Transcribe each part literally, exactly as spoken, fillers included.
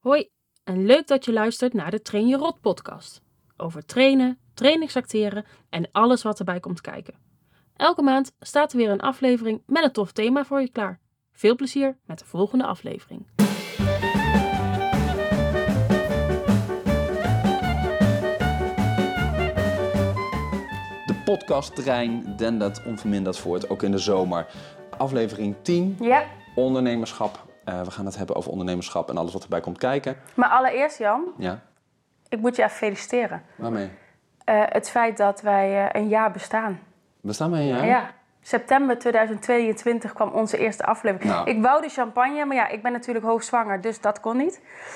Hoi en leuk dat je luistert naar de Train Je Rot podcast. Over trainen, trainingsacteren en alles wat erbij komt kijken. Elke maand staat er weer een aflevering met een tof thema voor je klaar. Veel plezier met de volgende aflevering. De podcasttrein dendert onverminderd voort, ook in de zomer. Aflevering tien, Ja. ondernemerschap. Uh, we gaan het hebben over ondernemerschap en alles wat erbij komt kijken. Maar allereerst, Jan, Ja, ik moet je even feliciteren. waarmee? Uh, het feit dat wij uh, een jaar bestaan. Bestaan wij een jaar? Ja. September tweeduizend tweeëntwintig kwam onze eerste aflevering. Nou. Ik wou de champagne, maar ja, ik ben natuurlijk hoogzwanger, dus dat kon niet.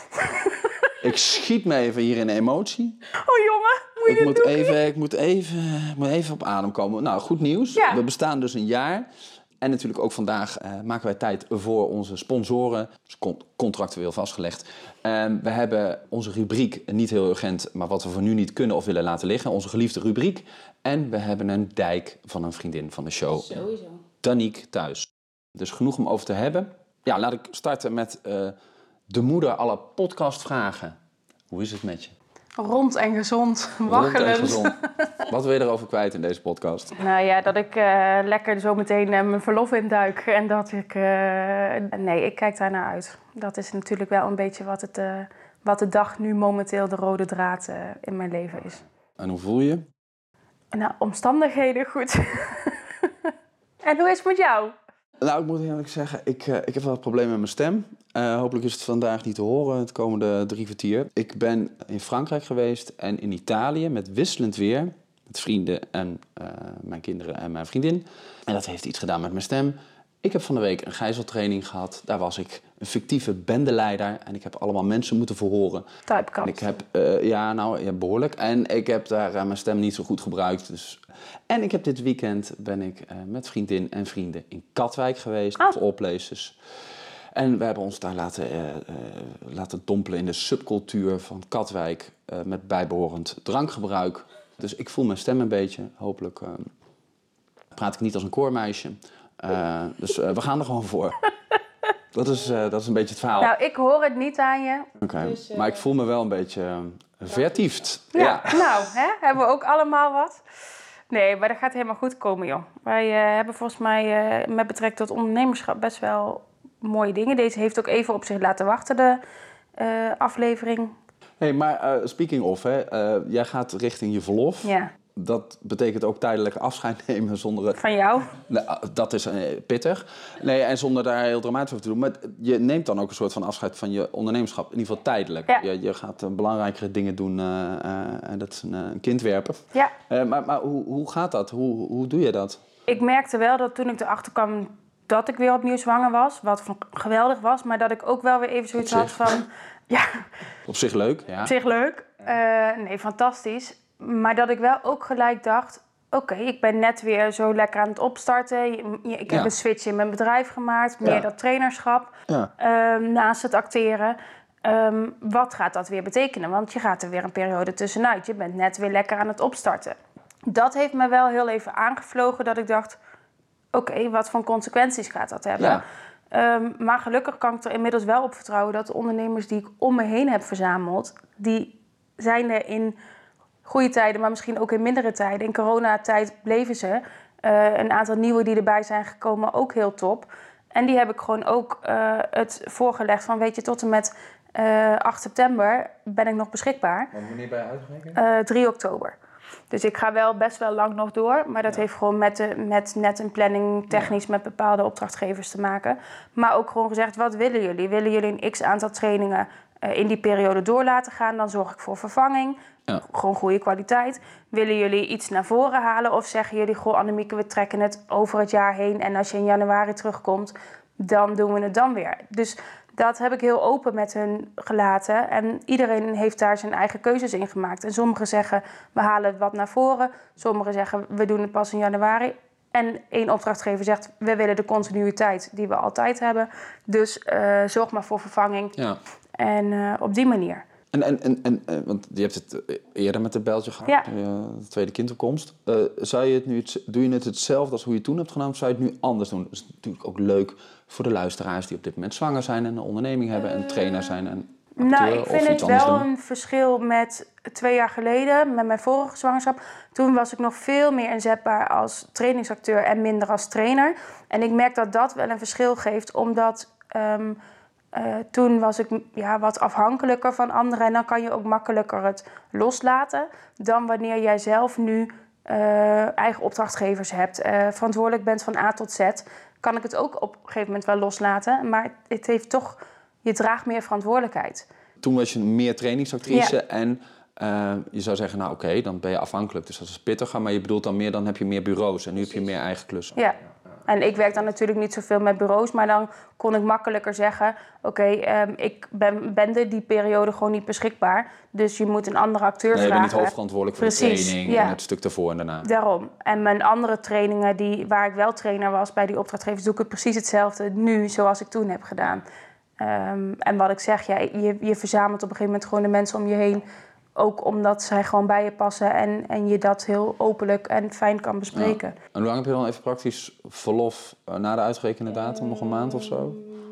Ik schiet me even hier in de emotie. Oh jongen, moet je Ik dit moet, doen? even, ik, moet even, ik moet even op adem komen. Nou, goed nieuws. Ja. We bestaan dus een jaar. En natuurlijk ook vandaag uh, maken wij tijd voor onze sponsoren. Dus con- contractueel vastgelegd. Um, we hebben onze rubriek, niet heel urgent, maar wat we voor nu niet kunnen of willen laten liggen. Onze geliefde rubriek. En we hebben een dijk van een vriendin van de show. Sowieso. Danique thuis. Dus genoeg om over te hebben. Ja, laat ik starten met uh, de moeder aller podcastvragen. Hoe is het met je? Rond en gezond, waggelend. Rond en gezond. Wat wil je erover kwijt in deze podcast? Nou ja, dat ik uh, lekker zo meteen uh, mijn verlof induik en dat ik... Uh, nee, ik kijk daar naar uit. Dat is natuurlijk wel een beetje wat, het, uh, wat de dag nu momenteel de rode draad uh, in mijn leven is. En hoe voel je? Nou, omstandigheden goed. En hoe is het met jou? Nou, ik moet eerlijk zeggen, ik, uh, ik heb wel een probleem met mijn stem. Uh, hopelijk is het vandaag niet te horen, het komende drie kwartier. Ik ben in Frankrijk geweest en in Italië met wisselend weer. Met vrienden en uh, mijn kinderen en mijn vriendin. En dat heeft iets gedaan met mijn stem. Ik heb van de week een gijzeltraining gehad. Daar was ik een fictieve bendeleider. En ik heb allemaal mensen moeten verhoren. Typecast. En ik heb, uh, ja, nou, ja, behoorlijk. En ik heb daar uh, mijn stem niet zo goed gebruikt. Dus. En ik heb dit weekend ben ik uh, met vriendin en vrienden in Katwijk geweest. Oh. Of all places. En we hebben ons daar laten, uh, uh, laten dompelen in de subcultuur van Katwijk. Uh, met bijbehorend drankgebruik. Dus ik voel mijn stem een beetje. Hopelijk uh, praat ik niet als een koormeisje. Uh, dus uh, we gaan er gewoon voor. Dat is, uh, dat is een beetje het verhaal. Nou, ik hoor het niet aan je. Oké, okay. Dus, uh... maar ik voel me wel een beetje uh, vertiefd. Ja, ja. nou, hè, hebben we ook allemaal wat. Nee, maar dat gaat helemaal goed komen, joh. Wij uh, hebben volgens mij uh, met betrekking tot ondernemerschap best wel mooie dingen. Deze heeft ook even op zich laten wachten, de uh, aflevering. Hé, hey, maar uh, speaking of, hè, uh, jij gaat richting je verlof. Ja. Dat betekent ook tijdelijk afscheid nemen zonder... Van jou? Nou, dat is uh, pittig. Nee, en zonder daar heel dramatisch over te doen. Maar je neemt dan ook een soort van afscheid van je ondernemerschap. In ieder geval tijdelijk. Ja. Je, je gaat uh, belangrijkere dingen doen. Uh, uh, en dat is een, uh, een kind werpen. Ja. Uh, maar maar hoe, hoe gaat dat? Hoe, hoe doe je dat? Ik merkte wel dat toen ik erachter kwam dat ik weer opnieuw zwanger was. Wat geweldig was. Maar dat ik ook wel weer even zoiets had van... Ja. Op zich leuk, ja. Op zich leuk. Uh, nee, fantastisch. Maar dat ik wel ook gelijk dacht... Oké, okay, ik ben net weer zo lekker aan het opstarten. Ik heb ja. een switch in mijn bedrijf gemaakt. Meer ja. dat trainerschap. Ja. Um, naast het acteren. Um, wat gaat dat weer betekenen? Want je gaat er weer een periode tussenuit. Je bent net weer lekker aan het opstarten. Dat heeft me wel heel even aangevlogen. Dat ik dacht... Oké, okay, wat voor consequenties gaat dat hebben? Ja. Um, maar gelukkig kan ik er inmiddels wel op vertrouwen... dat de ondernemers die ik om me heen heb verzameld... die zijn er in... goede tijden, maar misschien ook in mindere tijden. In coronatijd bleven ze. Uh, een aantal nieuwe die erbij zijn gekomen, ook heel top. En die heb ik gewoon ook uh, het voorgelegd van... weet je, tot en met uh, acht september ben ik nog beschikbaar. Maar wanneer ben je uitgerekend? Uh, drie oktober. Dus ik ga wel best wel lang nog door. Maar dat ja. heeft gewoon met, de, met net een planning technisch... Ja. met bepaalde opdrachtgevers te maken. Maar ook gewoon gezegd, wat willen jullie? Willen jullie een x-aantal trainingen uh, in die periode door laten gaan? Dan zorg ik voor vervanging... Ja. Gewoon goede kwaliteit. Willen jullie iets naar voren halen? Of zeggen jullie, goh Annemieke, we trekken het over het jaar heen... en als je in januari terugkomt, dan doen we het dan weer. Dus dat heb ik heel open met hun gelaten. En iedereen heeft daar zijn eigen keuzes in gemaakt. En sommigen zeggen, we halen het wat naar voren. Sommigen zeggen, we doen het pas in januari. En één opdrachtgever zegt, we willen de continuïteit die we altijd hebben. Dus uh, zorg maar voor vervanging. Ja. En uh, op die manier... En, en, en, en, want je hebt het eerder met de Beltje gehad, ja. de tweede kindopkomst. Uh, zou je het nu, doe je het hetzelfde als hoe je het toen hebt gedaan, of zou je het nu anders doen? Dat is natuurlijk ook leuk voor de luisteraars die op dit moment zwanger zijn en een onderneming hebben en trainer zijn. En... acteur, nou, ik vind het wel doen? een verschil met twee jaar geleden, met mijn vorige zwangerschap. Toen was ik nog veel meer inzetbaar als trainingsacteur en minder als trainer. En ik merk dat dat wel een verschil geeft, omdat um, uh, toen was ik ja, wat afhankelijker van anderen. En dan kan je ook makkelijker het loslaten dan wanneer jij zelf nu uh, eigen opdrachtgevers hebt, uh, verantwoordelijk bent van A tot Z. Kan ik het ook op een gegeven moment wel loslaten, maar het heeft toch, je draagt meer verantwoordelijkheid. Toen was je meer trainingsactrice ja. en uh, je zou zeggen, nou oké, okay, dan ben je afhankelijk. Dus dat is pittiger, maar je bedoelt dan meer, dan heb je meer bureaus en nu Precies. heb je meer eigen klussen. Ja, en ik werk dan natuurlijk niet zoveel met bureaus, maar dan kon ik makkelijker zeggen, oké, okay, um, ik ben, ben de die periode gewoon niet beschikbaar, dus je moet een andere acteur nee, vragen. Je bent niet hoofdverantwoordelijk voor Precies, de training ja. en het stuk daarvoor en daarna. Daarom. En mijn andere trainingen, die, waar ik wel trainer was bij die opdrachtgevers, doe ik het precies hetzelfde nu zoals ik toen heb gedaan. Um, en wat ik zeg, ja, je, je verzamelt op een gegeven moment gewoon de mensen om je heen. Ook omdat zij gewoon bij je passen en, en je dat heel openlijk en fijn kan bespreken. Ja. En hoe lang heb je dan even praktisch verlof uh, na de uitgerekende datum? Nog een maand of zo?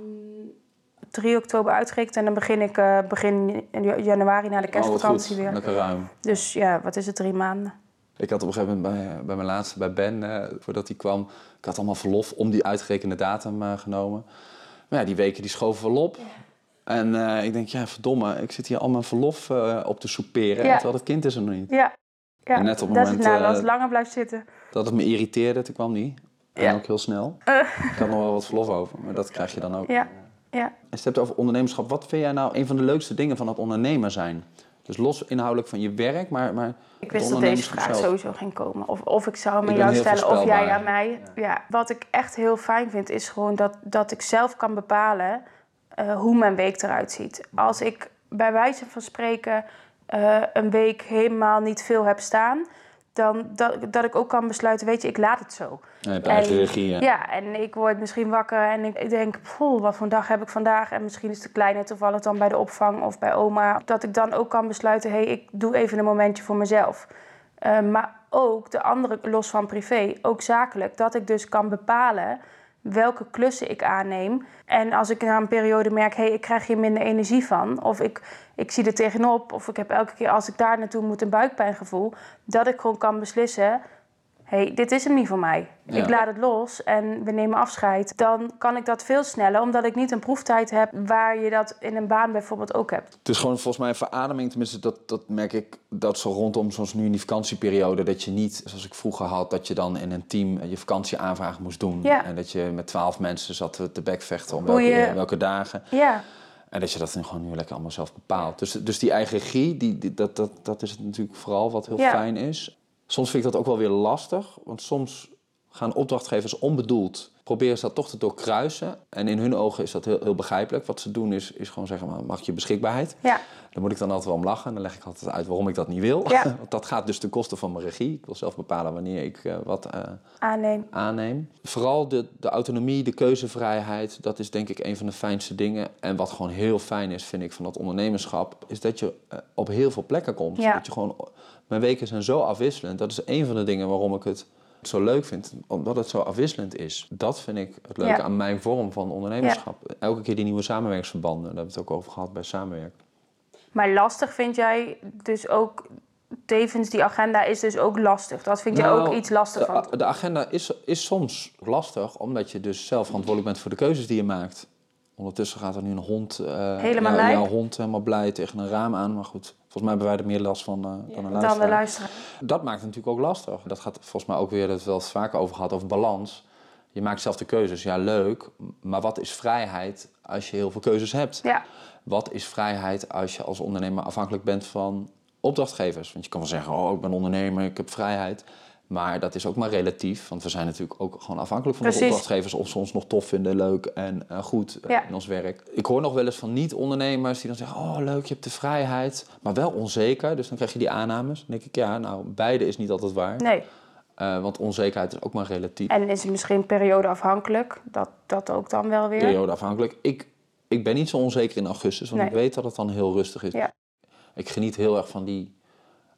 drie oktober uitgerekend en dan begin ik uh, begin januari na de kerstvakantie oh, weer. Lekker ruim. Dus ja, wat is het, drie maanden? Ik had op een gegeven moment bij, bij mijn laatste, bij Ben, uh, voordat hij kwam, ik had allemaal verlof om die uitgerekende datum uh, genomen. Maar ja, die weken die schoven wel op. Ja. En uh, ik denk, ja, verdomme, ik zit hier al mijn verlof uh, op te souperen, ja. terwijl het kind is er nog niet. Ja, ja. En net op het dat moment is nou, uh, als het langer blijft zitten. Dat het me irriteerde, toen kwam die. En ja. ook heel snel. Uh. Ik had nog wel wat verlof over, maar dat krijg je dan ook. Ja. Ja. Als je het hebt over ondernemerschap, wat vind jij nou een van de leukste dingen van het ondernemer zijn? Dus los inhoudelijk van je werk, maar... maar ik wist dat deze vraag zelf. sowieso ging komen. Of, of ik zou hem aan jou stellen, of jij aan mij. Ja. Ja. Wat ik echt heel fijn vind, is gewoon dat, dat ik zelf kan bepalen uh, hoe mijn week eruit ziet. Als ik bij wijze van spreken uh, een week helemaal niet veel heb staan, dan dat, dat ik ook kan besluiten, weet je, ik laat het zo. Ja, je hebt eigen regie, ja. Ja, en ik word misschien wakker en ik denk, poeh, wat voor een dag heb ik vandaag? En misschien is de kleine toevallig dan bij de opvang of bij oma. Dat ik dan ook kan besluiten, hé, hey, ik doe even een momentje voor mezelf. Uh, maar ook de andere, los van privé, ook zakelijk. Dat ik dus kan bepalen welke klussen ik aanneem. En als ik na een periode merk, hé, hey, ik krijg hier minder energie van. Of ik, ik zie er tegenop. Of ik heb elke keer als ik daar naartoe moet een buikpijngevoel. Dat ik gewoon kan beslissen, hé, hey, dit is hem niet voor mij. Ja. Ik laat het los en we nemen afscheid. Dan kan ik dat veel sneller, omdat ik niet een proeftijd heb waar je dat in een baan bijvoorbeeld ook hebt. Het is gewoon volgens mij een verademing, tenminste dat, dat merk ik, dat zo rondom, zoals nu in die vakantieperiode, dat je niet, zoals ik vroeger had, dat je dan in een team je vakantieaanvraag moest doen. Ja. En dat je met twaalf mensen zat te bekvechten om welke, je... welke dagen. Ja. En dat je dat nu gewoon nu lekker allemaal zelf bepaalt. Dus, dus die eigen regie, die, die, dat, dat, dat is het natuurlijk vooral wat heel ja. fijn is. Soms vind ik dat ook wel weer lastig, want soms gaan opdrachtgevers onbedoeld proberen ze dat toch te doorkruisen. En in hun ogen is dat heel, heel begrijpelijk. Wat ze doen is, is gewoon zeggen, mag je beschikbaarheid? Ja. Daar moet ik dan altijd wel om lachen. Dan leg ik altijd uit waarom ik dat niet wil. Ja. Want dat gaat dus ten koste van mijn regie. Ik wil zelf bepalen wanneer ik uh, wat uh, aanneem. aanneem. Vooral de, de autonomie, de keuzevrijheid, dat is denk ik een van de fijnste dingen. En wat gewoon heel fijn is, vind ik, van dat ondernemerschap, is dat je uh, op heel veel plekken komt. Ja. Dat je gewoon, mijn weken zijn zo afwisselend. Dat is een van de dingen waarom ik het zo leuk vind, omdat het zo afwisselend is. Dat vind ik het leuke ja. aan mijn vorm van ondernemerschap. Ja. Elke keer die nieuwe samenwerkingsverbanden, daar hebben we het ook over gehad bij Samenwerk. Maar lastig vind jij dus ook, tevens die agenda is dus ook lastig. Dat vind nou, je ook iets lastig van? De, de agenda is, is soms lastig, omdat je dus zelf verantwoordelijk bent voor de keuzes die je maakt. Ondertussen gaat er nu een hond, uh, helemaal ja, jouw hond helemaal blij tegen een raam aan. Maar goed, volgens mij hebben wij er meer last van uh, ja, dan een luisteraar. Dan de luisteraar. Dat maakt het natuurlijk ook lastig. Dat gaat volgens mij ook weer, dat we het vaker over gehad, over balans. Je maakt zelf de keuzes, ja leuk. Maar wat is vrijheid als je heel veel keuzes hebt? Ja. Wat is vrijheid als je als ondernemer afhankelijk bent van opdrachtgevers? Want je kan wel zeggen, oh ik ben ondernemer, ik heb vrijheid. Maar dat is ook maar relatief, want we zijn natuurlijk ook gewoon afhankelijk van onze opdrachtgevers of ze ons nog tof vinden, leuk en uh, goed uh, ja. in ons werk. Ik hoor nog wel eens van niet-ondernemers die dan zeggen, oh leuk, je hebt de vrijheid, maar wel onzeker. Dus dan krijg je die aannames. Dan denk ik, ja, nou, beide is niet altijd waar. Nee. Uh, want onzekerheid is ook maar relatief. En is het misschien periodeafhankelijk? Dat, dat ook dan wel weer? Periodeafhankelijk. Ik, ik ben niet zo onzeker in augustus, want nee. ik weet dat het dan heel rustig is. Ja. Ik geniet heel erg van die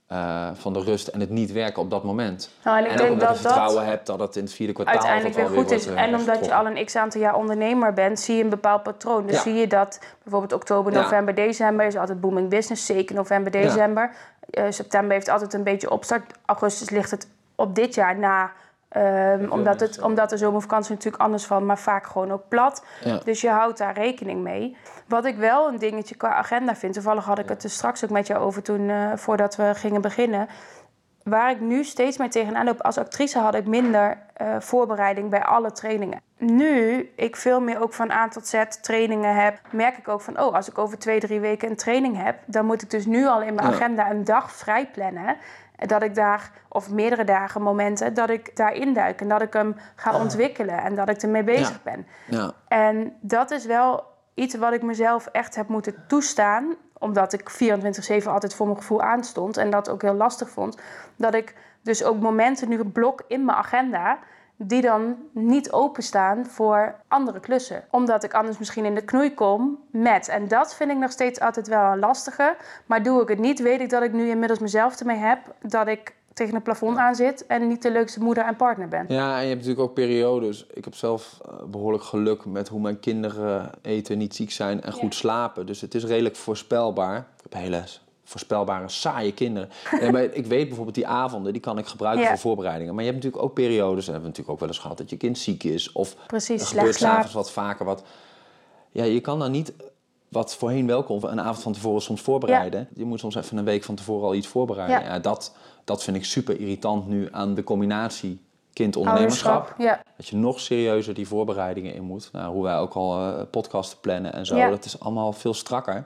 uh, van de rust en het niet werken op dat moment. Nou, en ik en denk ook omdat dat je vertrouwen dat hebt dat het in het vierde kwartaal uiteindelijk weer goed is. Wordt, en omdat je al een x-aantal jaar ondernemer bent, zie je een bepaald patroon. Dus ja. zie je dat bijvoorbeeld oktober, november, ja. december is altijd booming business. Zeker november, december. Ja. Uh, september heeft altijd een beetje opstart. Augustus ligt het op dit jaar na. Um, omdat, het, omdat de zomervakantie natuurlijk anders valt, maar vaak gewoon ook plat. Ja. Dus je houdt daar rekening mee. Wat ik wel een dingetje qua agenda vind, toevallig had ik het er straks ook met jou over toen, uh, voordat we gingen beginnen. Waar ik nu steeds mee tegenaan loop, als actrice had ik minder uh, voorbereiding bij alle trainingen. Nu ik veel meer ook van A tot Z trainingen heb, merk ik ook van, oh, als ik over twee, drie weken een training heb, dan moet ik dus nu al in mijn ja. agenda een dag vrij plannen. Dat ik daar, of meerdere dagen, momenten, dat ik daar induik en dat ik hem ga uh. ontwikkelen en dat ik ermee bezig ja. ben. Ja. En dat is wel iets wat ik mezelf echt heb moeten toestaan, omdat ik vierentwintig zeven altijd voor mijn gevoel aanstond en dat ook heel lastig vond, dat ik dus ook momenten nu blok in mijn agenda die dan niet openstaan voor andere klussen. Omdat ik anders misschien in de knoei kom met. En dat vind ik nog steeds altijd wel een lastige. Maar doe ik het niet, weet ik dat ik nu inmiddels mezelf ermee heb dat ik tegen een plafond aan zit en niet de leukste moeder en partner ben. Ja, en je hebt natuurlijk ook periodes. Ik heb zelf behoorlijk geluk met hoe mijn kinderen eten, niet ziek zijn en goed ja. slapen. Dus het is redelijk voorspelbaar. Ik heb hele voorspelbare, saaie kinderen. En maar ik weet bijvoorbeeld die avonden, die kan ik gebruiken ja. voor voorbereidingen. Maar je hebt natuurlijk ook periodes, en hebben we natuurlijk ook wel eens gehad, dat je kind ziek is. Of Precies, er gebeurt s'avonds wat vaker wat. Ja, je kan dan niet, wat voorheen wel kon, een avond van tevoren soms voorbereiden. Ja. Je moet soms even een week van tevoren al iets voorbereiden. Ja. Ja, dat, dat vind ik super irritant nu aan de combinatie kind-ondernemerschap. Ja. Dat je nog serieuzer die voorbereidingen in moet. Nou, hoe wij ook al uh, podcasten plannen en zo. Ja. Dat is allemaal veel strakker.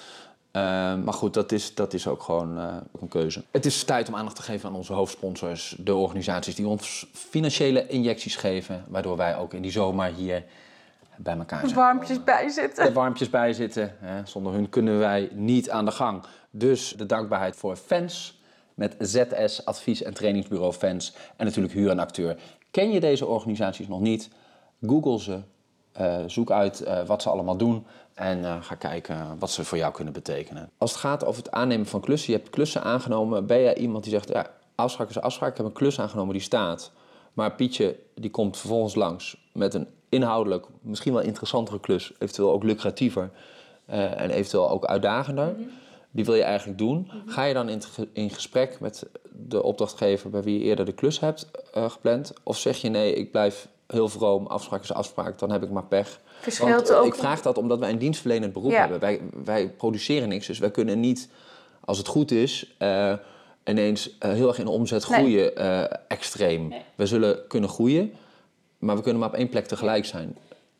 Uh, maar goed, dat is, dat is ook gewoon uh, een keuze. Het is tijd om aandacht te geven aan onze hoofdsponsors. De organisaties die ons financiële injecties geven. Waardoor wij ook in die zomer hier bij elkaar zijn. Warmpjes bij zitten. Er warmpjes bij zitten. Hè. Zonder hun kunnen wij niet aan de gang. Dus de dankbaarheid voor Fans. Met Z S, advies- en trainingsbureau Fans. En natuurlijk Huur en Acteur. Ken je deze organisaties nog niet? Google ze. Uh, zoek uit uh, wat ze allemaal doen. En uh, ga kijken wat ze voor jou kunnen betekenen. Als het gaat over het aannemen van klussen. Je hebt klussen aangenomen. Ben jij iemand die zegt, ja, afspraak is afspraak. Ik heb een klus aangenomen die staat. Maar Pietje die komt vervolgens langs met een inhoudelijk, misschien wel interessantere klus. Eventueel ook lucratiever. Uh, en eventueel ook uitdagender. Mm-hmm. Die wil je eigenlijk doen. Mm-hmm. Ga je dan in, in gesprek met de opdrachtgever bij wie je eerder de klus hebt uh, gepland? Of zeg je nee, ik blijf heel vroom, afspraak is afspraak, dan heb ik maar pech. Verschilt Want, ook. Ik vraag dat omdat wij een dienstverlenend beroep ja. hebben. Wij, wij produceren niks, dus wij kunnen niet, als het goed is, uh, ineens uh, heel erg in de omzet groeien, nee. uh, extreem. Nee. We zullen kunnen groeien, maar we kunnen maar op één plek tegelijk zijn.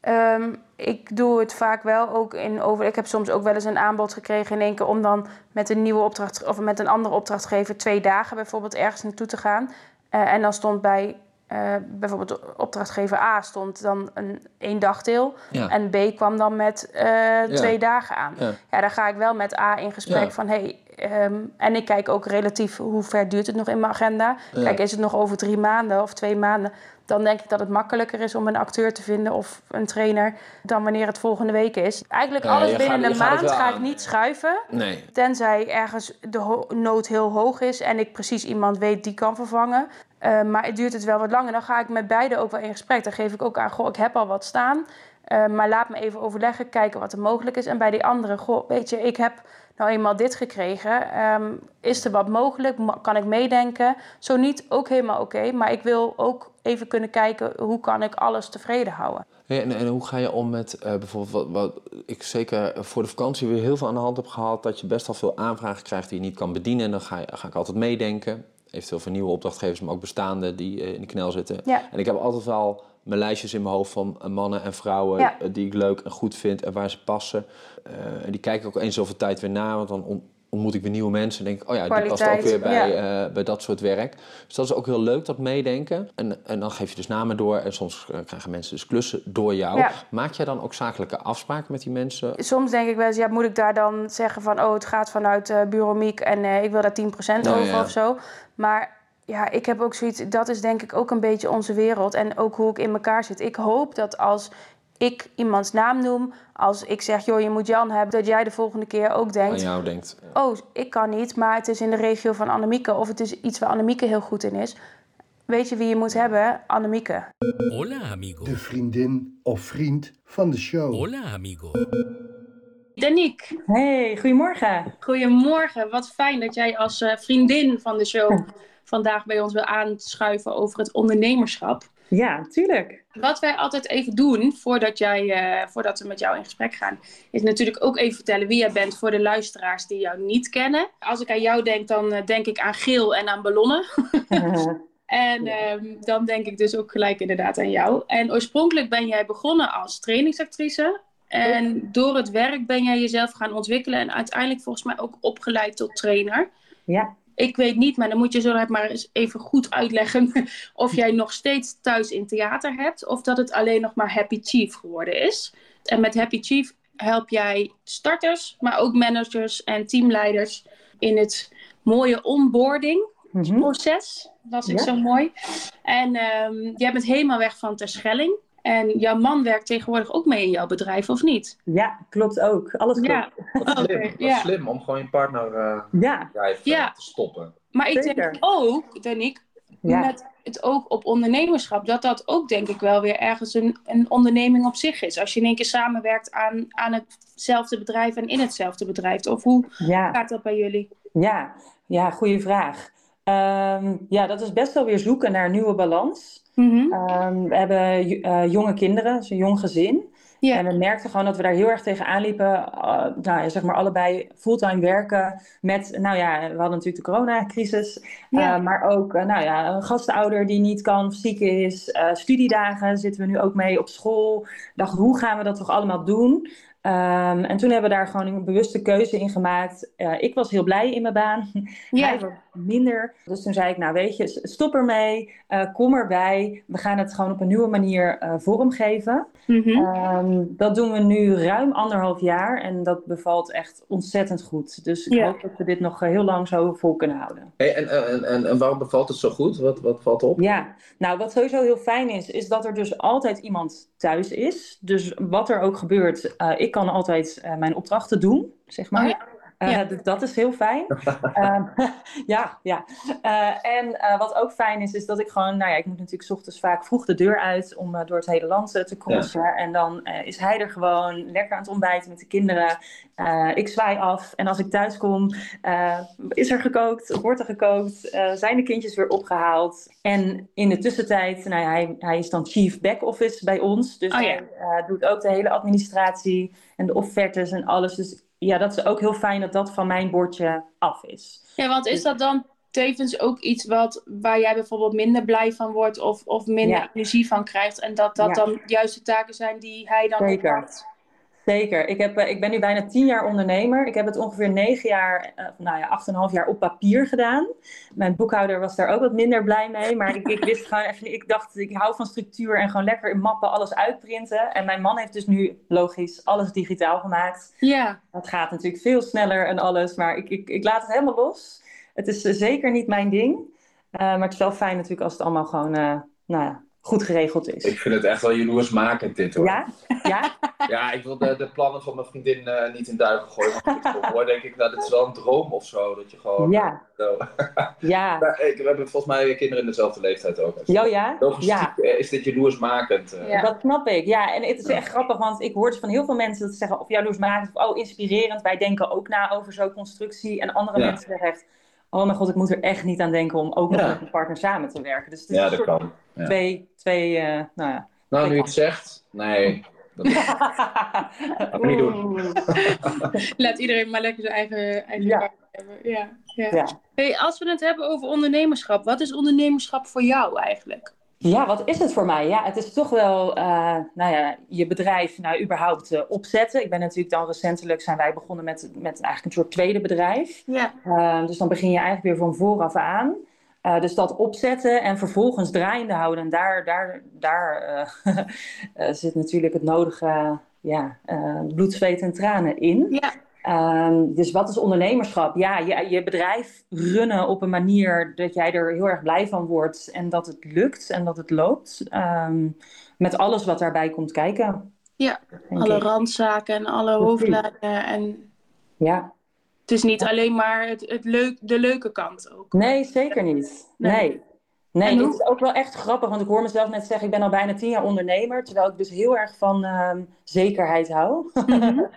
Um, ik doe het vaak wel ook in over. Ik heb soms ook wel eens een aanbod gekregen in één keer om dan met een nieuwe opdracht of met een andere opdrachtgever twee dagen bijvoorbeeld ergens naartoe te gaan. Uh, en dan stond bij Uh, bijvoorbeeld opdrachtgever A stond dan een één dagdeel. Ja. En B kwam dan met uh, ja. twee dagen aan. Ja. ja, dan ga ik wel met A in gesprek ja. van... Hey, um, en ik kijk ook relatief hoe ver duurt het nog in mijn agenda. Ja. Kijk, is het nog over drie maanden of twee maanden... dan denk ik dat het makkelijker is om een acteur te vinden of een trainer... dan wanneer het volgende week is. Eigenlijk ja, alles binnen gaat, een maand ga ik niet schuiven. Nee. Tenzij ergens de ho- nood heel hoog is... en ik precies iemand weet die kan vervangen... Uh, maar het duurt het wel wat langer. Dan ga ik met beide ook wel in gesprek. Dan geef ik ook aan, goh, ik heb al wat staan. Uh, maar laat me even overleggen, kijken wat er mogelijk is. En bij die andere, goh, weet je, ik heb nou eenmaal dit gekregen. Um, is er wat mogelijk? Kan ik meedenken? Zo niet, ook helemaal oké. Okay, maar ik wil ook even kunnen kijken, hoe kan ik alles tevreden houden? Hey, en, en hoe ga je om met uh, bijvoorbeeld, wat, wat ik zeker voor de vakantie weer heel veel aan de hand heb gehad... dat je best wel veel aanvragen krijgt die je niet kan bedienen. En dan ga, je, ga ik altijd meedenken. Eventueel voor nieuwe opdrachtgevers, maar ook bestaande die uh, in de knel zitten. Ja. En ik heb altijd wel mijn lijstjes in mijn hoofd van mannen en vrouwen... Ja. Uh, die ik leuk en goed vind en waar ze passen. Uh, en die kijk ik ook eens zoveel tijd weer na, want dan on- ontmoet ik weer nieuwe mensen... en denk ik, oh ja, Kwaliteit. Die past ook weer bij, ja. uh, bij dat soort werk. Dus dat is ook heel leuk, dat meedenken. En, en dan geef je dus namen door en soms uh, krijgen mensen dus klussen door jou. Ja. Maak jij dan ook zakelijke afspraken met die mensen? Soms denk ik wel eens, ja, moet ik daar dan zeggen van... oh, het gaat vanuit uh, Bureau Miek en uh, ik wil daar tien procent nou, over ja. of zo. Maar ja, ik heb ook zoiets, dat is denk ik ook een beetje onze wereld... en ook hoe ik in elkaar zit. Ik hoop dat als ik iemands naam noem, als ik zeg, joh, je moet Jan hebben, dat jij de volgende keer ook denkt, aan jou denkt. Ja. Oh, ik kan niet, maar het is in de regio van Annemieke, of het is iets waar Annemieke heel goed in is. Weet je wie je moet hebben? Annemieke. Hola, amigo. De vriendin of vriend van de show. Hola, amigo. Danique. Hey, goedemorgen. Goedemorgen. Wat fijn dat jij als uh, vriendin van de show vandaag bij ons wil aanschuiven over het ondernemerschap. Ja, tuurlijk. Wat wij altijd even doen, voordat, jij, uh, voordat we met jou in gesprek gaan, is natuurlijk ook even vertellen wie jij bent voor de luisteraars die jou niet kennen. Als ik aan jou denk, dan uh, denk ik aan geel en aan ballonnen. En um, dan denk ik dus ook gelijk inderdaad aan jou. En oorspronkelijk ben jij begonnen als trainingsactrice. En door het werk ben jij jezelf gaan ontwikkelen en uiteindelijk volgens mij ook opgeleid tot trainer. Ja. Ik weet niet, maar dan moet je zo maar eens even goed uitleggen of jij nog steeds thuis in theater hebt of dat het alleen nog maar Happy Chief geworden is. En met Happy Chief help jij starters, maar ook managers en teamleiders in het mooie onboarding proces. Dat is ja. zo mooi. En um, jij bent helemaal weg van Terschelling. En jouw man werkt tegenwoordig ook mee in jouw bedrijf, of niet? Ja, klopt ook. Alles klopt. Ja. Wat slim, okay, wat ja. slim om gewoon je partner uh, ja. bedrijf uh, ja. te stoppen. Maar ik Zeker. denk ook, Danique, ja. met het oog op ondernemerschap, dat dat ook denk ik wel weer ergens een, een onderneming op zich is. Als je in één keer samenwerkt aan, aan hetzelfde bedrijf en in hetzelfde bedrijf. Of hoe ja. gaat dat bij jullie? Ja, ja, goede vraag. Um, ja, dat is best wel weer zoeken naar een nieuwe balans. Mm-hmm. Um, we hebben uh, jonge kinderen, dus een jong gezin. Yeah. En we merkten gewoon dat we daar heel erg tegenaan liepen. Uh, nou ja, zeg maar allebei fulltime werken met, nou ja, we hadden natuurlijk de coronacrisis. Yeah. Uh, maar ook, uh, nou ja, een gastouder die niet kan of ziek is. Uh, studiedagen zitten we nu ook mee op school. Dacht, hoe gaan we dat toch allemaal doen? Um, en toen hebben we daar gewoon een bewuste keuze in gemaakt. Uh, ik was heel blij in mijn baan. Ja. Hij was minder. Dus toen zei ik, nou weet je, stop ermee. Uh, kom erbij. We gaan het gewoon op een nieuwe manier uh, vormgeven. Mm-hmm. Um, dat doen we nu ruim anderhalf jaar. En dat bevalt echt ontzettend goed. Dus ik ja. hoop dat we dit nog uh, heel lang zo vol kunnen houden. Hey, en, en, en, en waarom bevalt het zo goed? Wat, wat valt op? Ja, nou wat sowieso heel fijn is, is dat er dus altijd iemand thuis is. Dus wat er ook gebeurt, uh, ik kan altijd uh, mijn opdrachten doen, zeg maar. Oh ja. Uh, ja. d- dat is heel fijn. uh, ja, ja. Uh, en uh, wat ook fijn is, is dat ik gewoon, nou ja, ik moet natuurlijk 's ochtends vaak vroeg de deur uit om uh, door het hele land uh, te crossen. Ja. En dan uh, is hij er gewoon lekker aan het ontbijten met de kinderen. Uh, ik zwaai af en als ik thuis kom, uh, is er gekookt, wordt er gekookt, uh, zijn de kindjes weer opgehaald. En in de tussentijd, nou ja, hij, hij is dan chief back-office bij ons. Dus oh, ja. hij uh, doet ook de hele administratie en de offertes en alles. Dus ja, dat is ook heel fijn dat dat van mijn bordje af is. Ja, want is dat dan tevens ook iets wat, waar jij bijvoorbeeld minder blij van wordt of, of minder ja. energie van krijgt en dat dat ja. dan juist de taken zijn die hij dan Zeker. oppakt? Zeker. Ik, heb, ik ben nu bijna tien jaar ondernemer. Ik heb het ongeveer negen jaar, uh, nou ja, acht en een half jaar op papier gedaan. Mijn boekhouder was daar ook wat minder blij mee. Maar ik, ik wist gewoon even, ik dacht, ik hou van structuur en gewoon lekker in mappen alles uitprinten. En mijn man heeft dus nu, logisch, alles digitaal gemaakt. Ja. Dat gaat natuurlijk veel sneller en alles, maar ik, ik, ik laat het helemaal los. Het is uh, zeker niet mijn ding. Uh, maar het is wel fijn natuurlijk als het allemaal gewoon, uh, nou ja, goed geregeld is. Ik vind het echt wel jaloersmakend dit hoor. Ja? Ja? Ja, ik wil de, de plannen van mijn vriendin uh, niet in duiken gooien. Maar als ik het hoor, denk ik, nou, dit is wel een droom of zo. Dat je gewoon... Ja. Zo. Ja. Maar, ik, we hebben volgens mij kinderen in dezelfde leeftijd ook. Dus jo, ja? Logistiek ja. is dit jaloersmakend. Uh. Ja. Dat snap ik, ja. En het is echt grappig, want ik hoor dus van heel veel mensen dat ze zeggen of jaloersmakend of oh, inspirerend. Wij denken ook na over zo'n constructie. En andere ja. mensen zeggen echt, oh mijn god, ik moet er echt niet aan denken om ook nog ja. met een partner samen te werken. Dus het is ja, een dat soort kan. Ja. twee, twee uh, nou ja. Nou, nu je het zegt, nee... Dat moet niet doen. Laat iedereen maar lekker zijn eigen, eigen ja. bak hebben. Ja, ja. Ja. Hey, als we het hebben over ondernemerschap, wat is ondernemerschap voor jou eigenlijk? Ja, wat is het voor mij? Ja, het is toch wel, uh, nou ja, je bedrijf nou überhaupt uh, opzetten. Ik ben natuurlijk dan recentelijk, zijn wij begonnen met, met eigenlijk een soort tweede bedrijf. Ja. Uh, dus dan begin je eigenlijk weer van vooraf aan. Uh, dus dat opzetten en vervolgens draaiende houden. En daar, daar, daar uh, uh, zit natuurlijk het nodige uh, ja, uh, bloed, zweet en tranen in. Ja. Um, dus wat is ondernemerschap? Ja, je, je bedrijf runnen op een manier dat jij er heel erg blij van wordt. En dat het lukt en dat het loopt. Um, met alles wat daarbij komt kijken. Ja, alle ik. randzaken en alle hoofdlijnen. En ja. Het is niet alleen maar het, het leuk, de leuke kant ook. Nee, zeker niet. Nee. Nee. Nee, het is ook wel echt grappig, want ik hoor mezelf net zeggen, ik ben al bijna tien jaar ondernemer, terwijl ik dus heel erg van uh, zekerheid hou. Mm-hmm. um,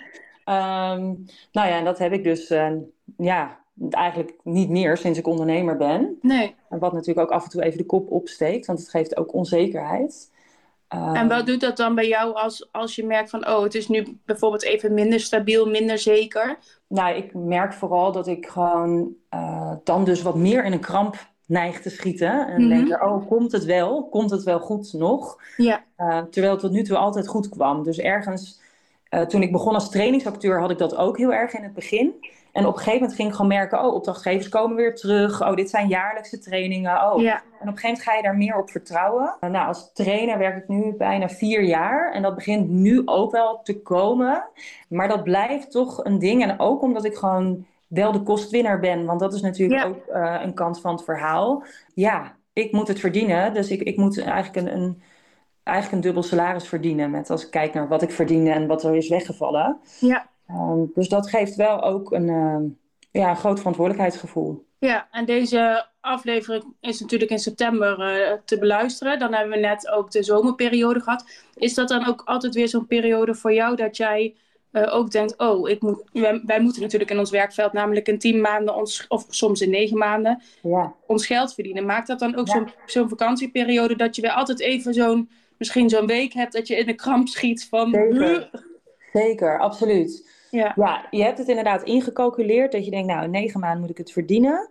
nou ja, en dat heb ik dus, uh, ja, eigenlijk niet meer sinds ik ondernemer ben. Nee. En wat natuurlijk ook af en toe even de kop opsteekt, want het geeft ook onzekerheid. Um, en wat doet dat dan bij jou als, als je merkt van, oh, het is nu bijvoorbeeld even minder stabiel, minder zeker? Nou, ik merk vooral dat ik gewoon uh, dan dus wat meer in een kramp neig te schieten. En mm-hmm. denk, oh, komt het wel? Komt het wel goed nog? Ja. Uh, terwijl het tot nu toe altijd goed kwam. Dus ergens, uh, toen ik begon als trainingsacteur, had ik dat ook heel erg in het begin. En op een gegeven moment ging ik gewoon merken, oh, opdrachtgevers komen weer terug. Oh, dit zijn jaarlijkse trainingen. Oh. Ja. En op een gegeven moment ga je daar meer op vertrouwen. Uh, nou, als trainer werk ik nu bijna vier jaar. En dat begint nu ook wel te komen. Maar dat blijft toch een ding. En ook omdat ik gewoon wel de kostwinner ben. Want dat is natuurlijk ja. ook uh, een kant van het verhaal. Ja, ik moet het verdienen. Dus ik, ik moet eigenlijk een, een, eigenlijk een dubbel salaris verdienen. Met als ik kijk naar wat ik verdien en wat er is weggevallen. Ja. Um, dus dat geeft wel ook een, uh, ja, een groot verantwoordelijkheidsgevoel. Ja, en deze aflevering is natuurlijk in september uh, te beluisteren. Dan hebben we net ook de zomerperiode gehad. Is dat dan ook altijd weer zo'n periode voor jou dat jij uh, ook denkt, oh, ik moet, wij, wij moeten natuurlijk in ons werkveld namelijk in tien maanden, ons, of soms in negen maanden, ja. ons geld verdienen. Maakt dat dan ook ja. zo'n, zo'n vakantieperiode dat je weer altijd even zo'n, misschien zo'n week hebt dat je in de kramp schiet van... Zeker, Zeker absoluut. Ja. ja, je hebt het inderdaad ingecalculeerd dat je denkt, nou, in negen maanden moet ik het verdienen.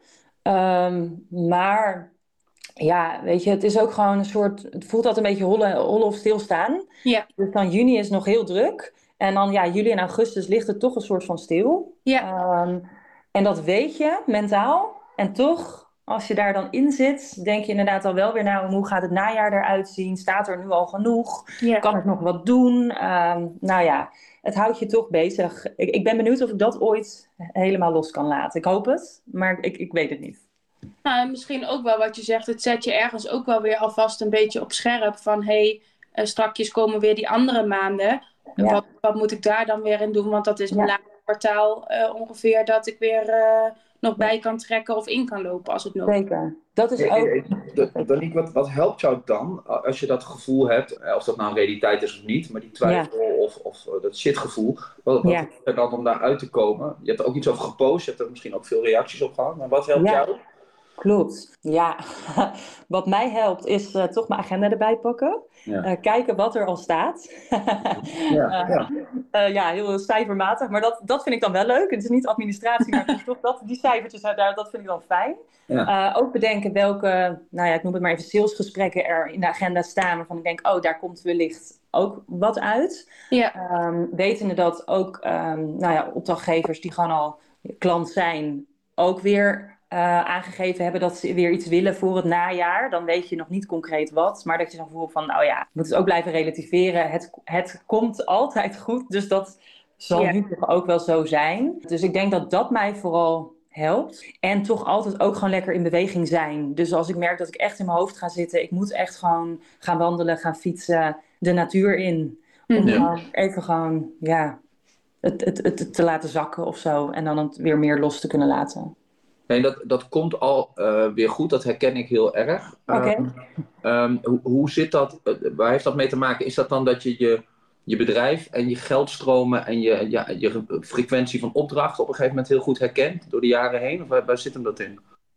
Um, maar ja, weet je, het is ook gewoon een soort, het voelt altijd een beetje holle, holle of stilstaan. Ja. Dus dan juni is nog heel druk. En dan ja, juli en augustus ligt het toch een soort van stil. Ja. Um, en dat weet je mentaal. En toch, als je daar dan in zit, denk je inderdaad al wel weer, nou, hoe gaat het najaar eruit zien? Staat er nu al genoeg? Ja. Kan ik nog wat doen? Um, nou ja, het houdt je toch bezig. Ik, ik ben benieuwd of ik dat ooit helemaal los kan laten. Ik hoop het, maar ik, ik weet het niet. Nou, en misschien ook wel wat je zegt, het zet je ergens ook wel weer alvast een beetje op scherp van, hé, hey, uh, strakjes komen weer die andere maanden. Ja. Wat, wat moet ik daar dan weer in doen? Want dat is mijn ja. laatste kwartaal uh, ongeveer dat ik weer uh, nog bij kan trekken of in kan lopen als het nodig is. Zeker. Dat is hey, ook... hey, hey, Danique, wat, wat helpt jou dan als je dat gevoel hebt, of dat nou een realiteit is of niet, maar die twijfel ja. of, of uh, dat shitgevoel, wat, wat ja. er dan om daaruit te komen? Je hebt er ook iets over gepost, je hebt er misschien ook veel reacties op gehad, maar wat helpt ja. jou? Klopt, ja. Wat mij helpt is uh, toch mijn agenda erbij pakken. Ja. Uh, kijken wat er al staat. ja, ja. Uh, uh, ja, heel cijfermatig, maar dat, dat vind ik dan wel leuk. Het is niet administratie, maar het is toch dat, die cijfertjes, daar, dat vind ik dan fijn. Ja. Uh, ook bedenken welke, nou ja, ik noem het maar even salesgesprekken er in de agenda staan, waarvan ik denk, oh, daar komt wellicht ook wat uit. Ja. Um, wetende dat ook um, nou ja, opdrachtgevers die gewoon al klant zijn, ook weer... Uh, aangegeven hebben dat ze weer iets willen voor het najaar. Dan weet je nog niet concreet wat. Maar dat je dan voelt van, nou ja, je moet het ook blijven relativeren. Het, het komt altijd goed. Dus dat zal yeah. nu toch ook wel zo zijn. Dus ik denk dat dat mij vooral helpt. En toch altijd ook gewoon lekker in beweging zijn. Dus als ik merk dat ik echt in mijn hoofd ga zitten. Ik moet echt gewoon gaan wandelen, gaan fietsen. De natuur in. Om mm-hmm. gewoon even gewoon, ja, het, het, het, het te laten zakken of zo. En dan het weer meer los te kunnen laten. Nee, dat, dat komt al uh, weer goed, dat herken ik heel erg. Okay. Um, um, hoe, hoe zit dat, uh, waar heeft dat mee te maken? Is dat dan dat je je, je bedrijf en je geldstromen en je, ja, je frequentie van opdrachten op een gegeven moment heel goed herkent door de jaren heen? Of waar, waar zit hem dat in?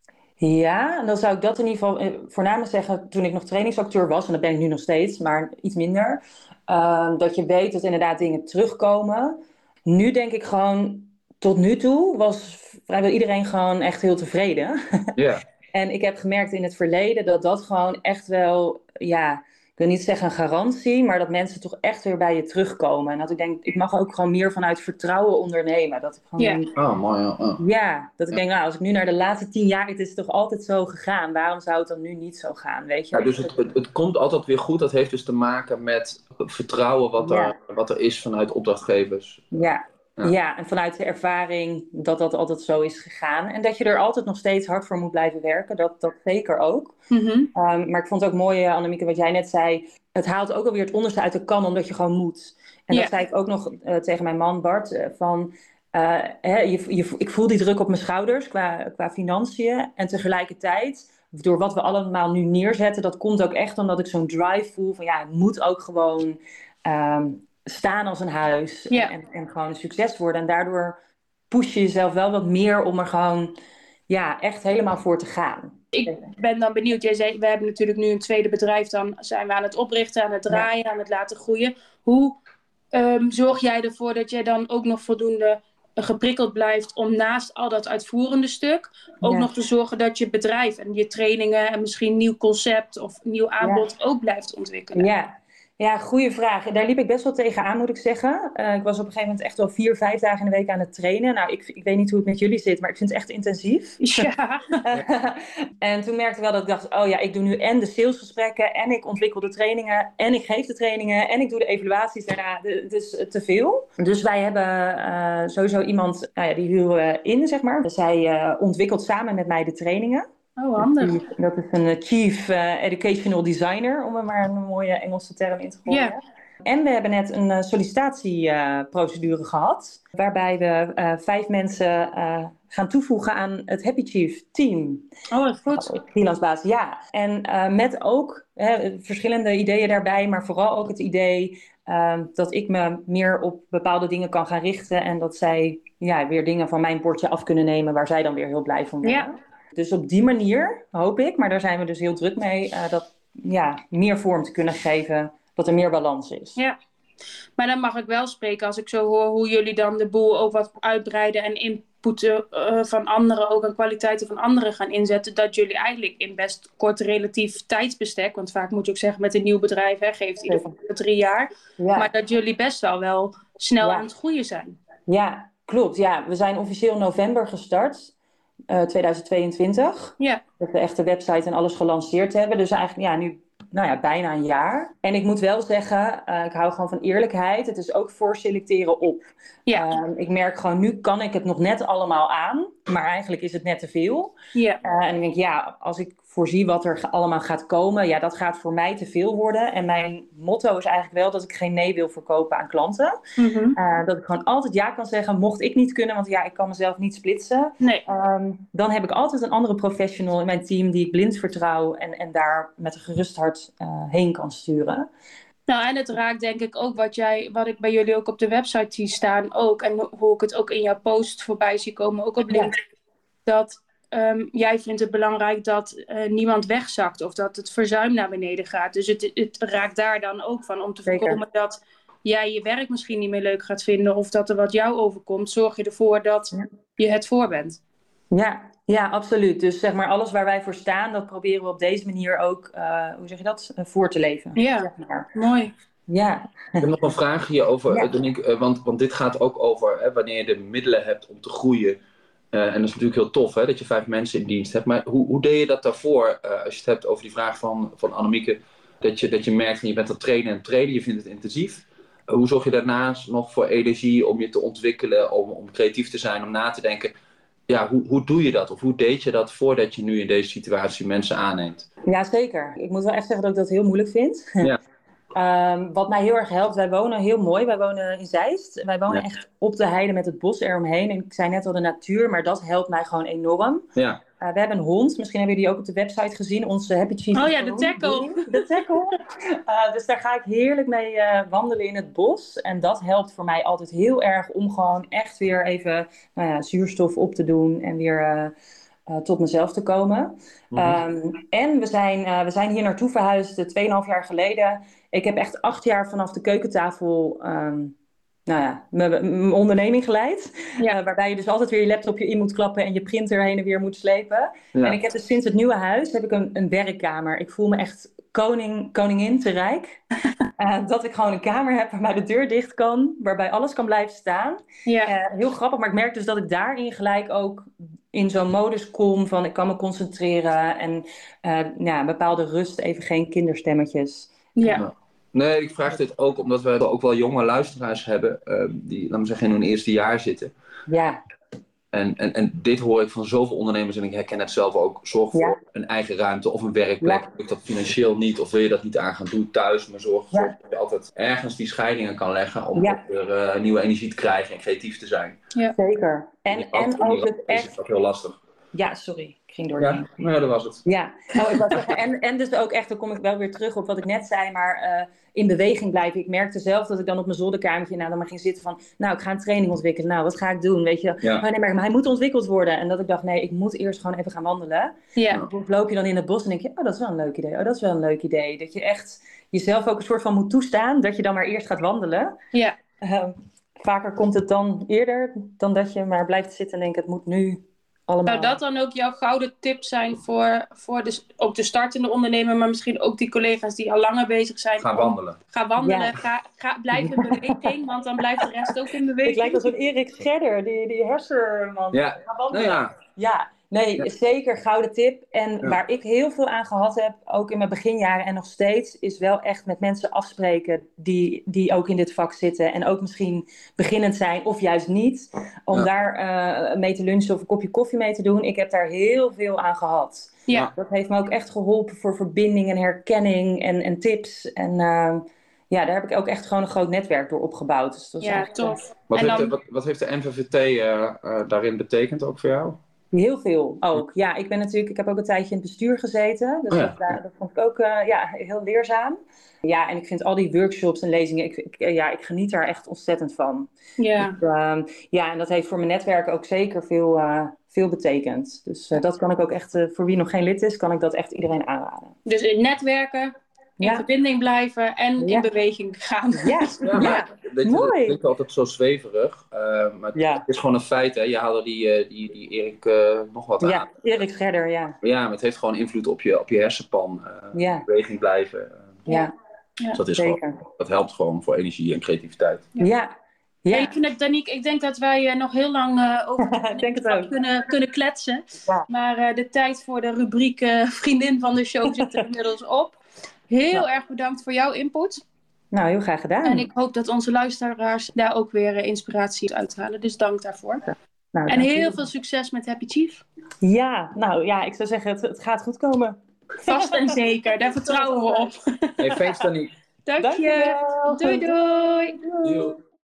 Ja, en dan zou ik dat in ieder geval voornamelijk zeggen toen ik nog trainingsacteur was, en dat ben ik nu nog steeds, maar iets minder. Uh, dat je weet dat inderdaad dingen terugkomen. Nu denk ik gewoon, tot nu toe was vrijwel iedereen gewoon echt heel tevreden. Yeah. En ik heb gemerkt in het verleden dat dat gewoon echt wel, ja, ik wil niet zeggen een garantie, maar dat mensen toch echt weer bij je terugkomen. En dat ik denk, ik mag ook gewoon meer vanuit vertrouwen ondernemen. Dat ik gewoon, yeah. oh, mooi, oh, oh. Ja, dat ik ja. denk, nou, als ik nu naar de laatste tien jaar, het is toch altijd zo gegaan. Waarom zou het dan nu niet zo gaan, weet je? Ja, dus het, het, het komt altijd weer goed. Dat heeft dus te maken met vertrouwen wat, ja. er, wat er is vanuit opdrachtgevers. Ja. Ja. ja, en vanuit de ervaring dat dat altijd zo is gegaan. En dat je er altijd nog steeds hard voor moet blijven werken. Dat, dat zeker ook. Mm-hmm. Um, maar ik vond het ook mooi, Annemieke, wat jij net zei. Het haalt ook alweer het onderste uit de kan, omdat je gewoon moet. En yeah. dat zei ik ook nog uh, tegen mijn man Bart. Uh, van, uh, hè, je, je, ik voel die druk op mijn schouders qua, qua financiën. En tegelijkertijd, door wat we allemaal nu neerzetten, dat komt ook echt omdat ik zo'n drive voel. Van ja, het moet ook gewoon... Um, staan als een huis yeah. en, en gewoon een succes worden. En daardoor push je jezelf wel wat meer om er gewoon ja, echt helemaal voor te gaan. Ik ben dan benieuwd. Jij zei, we hebben natuurlijk nu een tweede bedrijf. Dan zijn we aan het oprichten, aan het draaien, ja. aan het laten groeien. Hoe um, zorg jij ervoor dat jij dan ook nog voldoende geprikkeld blijft om naast al dat uitvoerende stuk ook ja. nog te zorgen dat je bedrijf en je trainingen en misschien een nieuw concept of een nieuw aanbod ja. ook blijft ontwikkelen? Ja. Ja, goede vraag. Daar liep ik best wel tegenaan, moet ik zeggen. Uh, ik was op een gegeven moment echt wel vier, vijf dagen in de week aan het trainen. Nou, ik, ik weet niet hoe het met jullie zit, maar ik vind het echt intensief. Ja. En toen merkte ik wel dat ik dacht, oh ja, ik doe nu en de salesgesprekken en ik ontwikkel de trainingen en ik geef de trainingen en ik doe de evaluaties daarna. Het is te veel. Dus wij hebben uh, sowieso iemand, nou ja, die huren we in, zeg maar. Zij uh, ontwikkelt samen met mij de trainingen. Oh, handig. Dat is een Chief uh, Educational Designer, om er maar een mooie Engelse term in te gooien. Yeah. En we hebben net een uh, sollicitatieprocedure uh, gehad, waarbij we uh, vijf mensen uh, gaan toevoegen aan het Happy Chief team. Oh, dat is goed. Op freelance basis, ja. En uh, met ook hè, verschillende ideeën daarbij, maar vooral ook het idee uh, dat ik me meer op bepaalde dingen kan gaan richten en dat zij ja, weer dingen van mijn bordje af kunnen nemen waar zij dan weer heel blij van worden. Yeah. Dus op die manier hoop ik, maar daar zijn we dus heel druk mee, uh, dat ja, meer vorm te kunnen geven, dat er meer balans is. Ja, maar dan mag ik wel spreken als ik zo hoor hoe jullie dan de boel ook wat uitbreiden en inputten uh, van anderen, ook aan kwaliteiten van anderen gaan inzetten, dat jullie eigenlijk in best kort relatief tijdsbestek, want vaak moet je ook zeggen met een nieuw bedrijf, hè, geeft ieder geval drie jaar, ja. maar dat jullie best wel wel snel ja. aan het groeien zijn. Ja, klopt. Ja, we zijn officieel november gestart. Uh, tweeduizend tweeëntwintig. Ja. Dat we echt de website en alles gelanceerd hebben. Dus eigenlijk ja, nu nou ja, bijna een jaar. En ik moet wel zeggen, uh, ik hou gewoon van eerlijkheid. Het is ook voor selecteren op. Ja. Uh, ik merk gewoon, nu kan ik het nog net allemaal aan. Maar eigenlijk is het net te veel. Ja. Uh, en ik denk, ja, als ik voorzie wat er allemaal gaat komen, ja, dat gaat voor mij te veel worden. En mijn motto is eigenlijk wel dat ik geen nee wil verkopen aan klanten. Mm-hmm. Uh, dat ik gewoon altijd ja kan zeggen, mocht ik niet kunnen, want ja, ik kan mezelf niet splitsen. Nee. Um, dan heb ik altijd een andere professional in mijn team die ik blind vertrouw en, en daar met een gerust hart uh, heen kan sturen. Nou, en het raakt denk ik ook wat, jij, wat ik bij jullie ook op de website zie staan ook. En hoe ik het ook in jouw post voorbij zie komen, ook op LinkedIn. Ja. Dat um, jij vindt het belangrijk dat uh, niemand wegzakt of dat het verzuim naar beneden gaat. Dus het, het raakt daar dan ook van om te voorkomen Zeker. dat jij je werk misschien niet meer leuk gaat vinden of dat er wat jou overkomt. Zorg je ervoor dat ja. je het voor bent. Ja, ja, absoluut. Dus zeg maar alles waar wij voor staan, dat proberen we op deze manier ook, uh, hoe zeg je dat, uh, voor te leven. Ja, zeg maar. Mooi. Ja. Ik heb nog een vraag hierover, ja. Donique, uh, want, want dit gaat ook over hè, wanneer je de middelen hebt om te groeien. Uh, en dat is natuurlijk heel tof hè, dat je vijf mensen in dienst hebt. Maar hoe, hoe deed je dat daarvoor, uh, als je het hebt over die vraag van, van Annemieke, dat je, dat je merkt van je bent aan het trainen en trainen, je vindt het intensief. Uh, hoe zorg je daarnaast nog voor energie om je te ontwikkelen, om, om creatief te zijn, om na te denken. Ja, hoe, hoe doe je dat? Of hoe deed je dat voordat je nu in deze situatie mensen aanneemt? Ja, zeker. Ik moet wel echt zeggen dat ik dat heel moeilijk vind. Ja. um, wat mij heel erg helpt, wij wonen heel mooi. Wij wonen in Zeist. Wij wonen ja. echt op de heide met het bos eromheen. En ik zei net al de natuur, maar dat helpt mij gewoon enorm. Ja. Uh, we hebben een hond. Misschien hebben jullie die ook op de website gezien. Onze Happy Chief. Oh ja, de tackle. De tackle. Uh, dus daar ga ik heerlijk mee uh, wandelen in het bos. En dat helpt voor mij altijd heel erg om gewoon echt weer even nou ja, zuurstof op te doen. En weer uh, uh, tot mezelf te komen. Mm-hmm. Um, en we zijn, uh, we zijn hier naartoe verhuisd tweeënhalf jaar geleden. Ik heb echt acht jaar vanaf de keukentafel Um, nou ja, mijn onderneming geleid. Ja. Uh, waarbij je dus altijd weer je laptopje in moet klappen en je printer heen en weer moet slepen. Ja. En ik heb dus sinds het nieuwe huis heb ik een, een werkkamer. Ik voel me echt koning, koningin te rijk. uh, dat ik gewoon een kamer heb waarbij de deur dicht kan. Waarbij alles kan blijven staan. Ja. Uh, heel grappig, maar ik merk dus dat ik daarin gelijk ook in zo'n modus kom van ik kan me concentreren. En uh, ja, een bepaalde rust, even geen kinderstemmetjes. Ja. Nee, ik vraag dit ook omdat we ook wel jonge luisteraars hebben uh, die, laten we zeggen, in hun eerste jaar zitten. Ja. En, en, en dit hoor ik van zoveel ondernemers en ik herken het zelf ook. Zorg voor ja. een eigen ruimte of een werkplek. Ja. Lukt dat financieel niet of wil je dat niet aan gaan doen thuis. Maar zorg ervoor ja. dat je altijd ergens die scheidingen kan leggen om ja. weer uh, nieuwe energie te krijgen en creatief te zijn. Ja. Zeker. En, en, en ook het echt... is dat heel lastig. Ja, sorry. Ik ging door. Ja, nou ja, dat was het. Ja, nou, ik zeggen, en, en dus ook echt, dan kom ik wel weer terug op wat ik net zei, maar uh, in beweging blijven. Ik merkte zelf dat ik dan op mijn zolderkamertje nou, dan maar ging zitten van, nou, ik ga een training ontwikkelen. Nou, wat ga ik doen? Weet je, ja. oh, nee, maar, maar hij moet ontwikkeld worden. En dat ik dacht, nee, ik moet eerst gewoon even gaan wandelen. Ja. Dan loop je dan in het bos en denk je, oh, dat is wel een leuk idee. Oh, dat is wel een leuk idee. Dat je echt jezelf ook een soort van moet toestaan, dat je dan maar eerst gaat wandelen. Ja. Uh, vaker komt het dan eerder dan dat je maar blijft zitten en denkt, het moet nu. Allemaal. Zou dat dan ook jouw gouden tip zijn voor, voor de, ook de startende ondernemer, maar misschien ook die collega's die al langer bezig zijn? Ga wandelen. Ga wandelen, ja. ga, ga, blijf in beweging, want dan blijft de rest ook in beweging. Het lijkt als een Erik Scherder, die, die hersenman. Ja. Ga wandelen. Nou ja. ja. Nee, ja. zeker gouden tip. En ja. waar ik heel veel aan gehad heb, ook in mijn beginjaren en nog steeds, is wel echt met mensen afspreken die, die ook in dit vak zitten. En ook misschien beginnend zijn of juist niet. Om ja. daar uh, mee te lunchen of een kopje koffie mee te doen. Ik heb daar heel veel aan gehad. Ja. Dat heeft me ook echt geholpen voor verbinding en herkenning en, en tips. En uh, ja, daar heb ik ook echt gewoon een groot netwerk door opgebouwd. Dus dat ja, tof. Wat, en heeft dan... de, wat, wat heeft de N V V T uh, uh, daarin betekend ook voor jou? Heel veel ook. Ja, ik ben natuurlijk, ik heb ook een tijdje in het bestuur gezeten. Dus oh ja. dat, dat vond ik ook uh, ja, heel leerzaam. Ja, en ik vind al die workshops en lezingen, ik, ik, ja, ik geniet daar echt ontzettend van. Ja. Dus, uh, ja, en dat heeft voor mijn netwerk ook zeker veel, uh, veel betekend. Dus uh, dat kan ik ook echt, uh, voor wie nog geen lid is, kan ik dat echt iedereen aanraden. Dus in netwerken, in ja. verbinding blijven en ja. in beweging gaan. Ja, ja, ja. Weet je, mooi. Het klinkt altijd zo zweverig, uh, maar het ja. is gewoon een feit. Hè? Je haalde die, die, die Erik uh, nog wat ja, aan. Erik Scherder, ja. Ja, maar het heeft gewoon invloed op je, op je hersenpan. Uh, ja. In beweging blijven. Uh, ja. Dus dat, is Zeker. gewoon, dat helpt gewoon voor energie en creativiteit. Ja. ja. Ja. Ik vind het, Danique, ik denk dat wij uh, nog heel lang uh, over denk het ook. Kunnen, kunnen kletsen. Ja. Maar uh, de tijd voor de rubriek uh, Vriendin van de Show zit er inmiddels op. Heel nou. erg bedankt voor jouw input. Nou, heel graag gedaan. En ik hoop dat onze luisteraars daar ook weer uh, inspiratie uithalen. Dus dank daarvoor. Ja. Nou, en heel veel succes met Happy Chief. Ja, nou ja, ik zou zeggen, het, het gaat goed komen. Vast en zeker, daar vertrouwen we op. Hey, feest Danique. Dank, Dank je. Doei doei. doei.